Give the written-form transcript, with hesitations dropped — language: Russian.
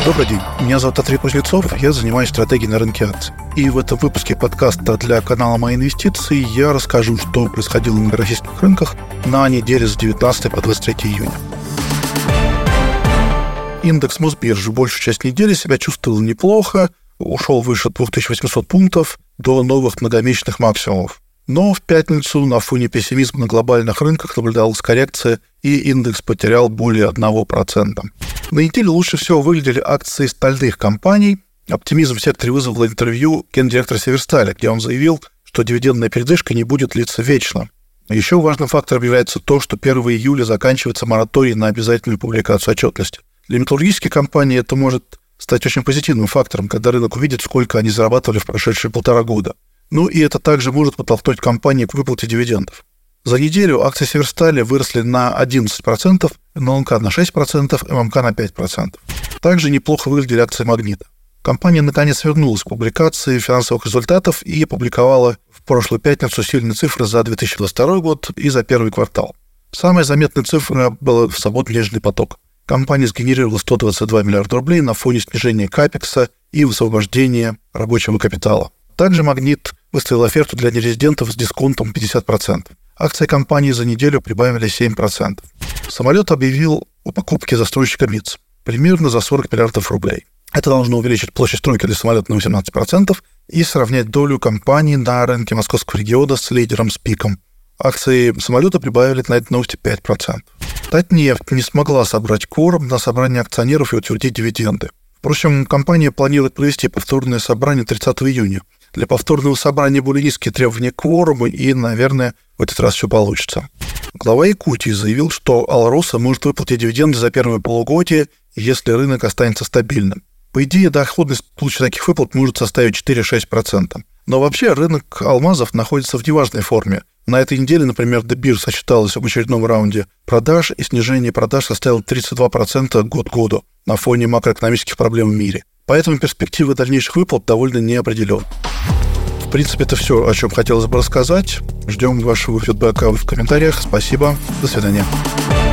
Добрый день, меня зовут Андрей Кузнецов, я занимаюсь стратегией на рынке акций. И в этом выпуске подкаста для канала «Мои инвестиции» я расскажу, что происходило на российских рынках на неделе с 19 по 23 июня. Индекс Мосбиржи большую часть недели себя чувствовал неплохо, ушел выше 2800 пунктов до новых многомесячных максимумов. Но в пятницу на фоне пессимизма на глобальных рынках наблюдалась коррекция, и индекс потерял более 1%. На неделе лучше всего выглядели акции стальных компаний. Оптимизм в секторе вызвало интервью гендиректора Северстали, где он заявил, что дивидендная передышка не будет длиться вечно. Еще важным фактором является то, что 1 июля заканчивается мораторий на обязательную публикацию отчетности. Для металлургических компаний это может стать очень позитивным фактором, когда рынок увидит, сколько они зарабатывали в прошедшие 1,5 года. Ну и это также может подтолкнуть компании к выплате дивидендов. За неделю акции Северстали выросли на 11%, НЛК на 6%, ММК на 5%. Также неплохо выглядели акции Магнита. Компания наконец вернулась к публикации финансовых результатов и опубликовала в прошлую пятницу сильные цифры за 2022 год и за первый квартал. Самая заметная цифра была в свободный денежный поток. Компания сгенерировала 122 миллиарда рублей на фоне снижения капекса и высвобождения рабочего капитала. Также «Магнит» выставил оферту для нерезидентов с дисконтом 50%. Акции компании за неделю прибавили 7%. Самолет объявил о покупке застройщика МИЦ примерно за 40 миллиардов рублей. Это должно увеличить площадь стройки для самолета на 18% и сравнять долю компании на рынке московского региона с лидером СПИКом. Акции самолета прибавили на этой новости 5%. Татнефть не смогла собрать кворум на собрание акционеров и утвердить дивиденды. Впрочем, компания планирует провести повторное собрание 30 июня. Для повторного собрания более низкие требования к кворуму, и, наверное, в этот раз все получится. Глава Якутии заявил, что Алроса может выплатить дивиденды за первое полугодие, если рынок останется стабильным. По идее, доходность в случае таких выплат может составить 4-6%. Но вообще рынок алмазов находится в неважной форме. На этой неделе, например, De Beers отчиталась об очередном раунде продаж, и снижение продаж составило 32% год к году на фоне макроэкономических проблем в мире. Поэтому перспективы дальнейших выплат довольно неопределенны. В принципе, это все, о чем хотелось бы рассказать. Ждем вашего фидбэка в комментариях. Спасибо. До свидания.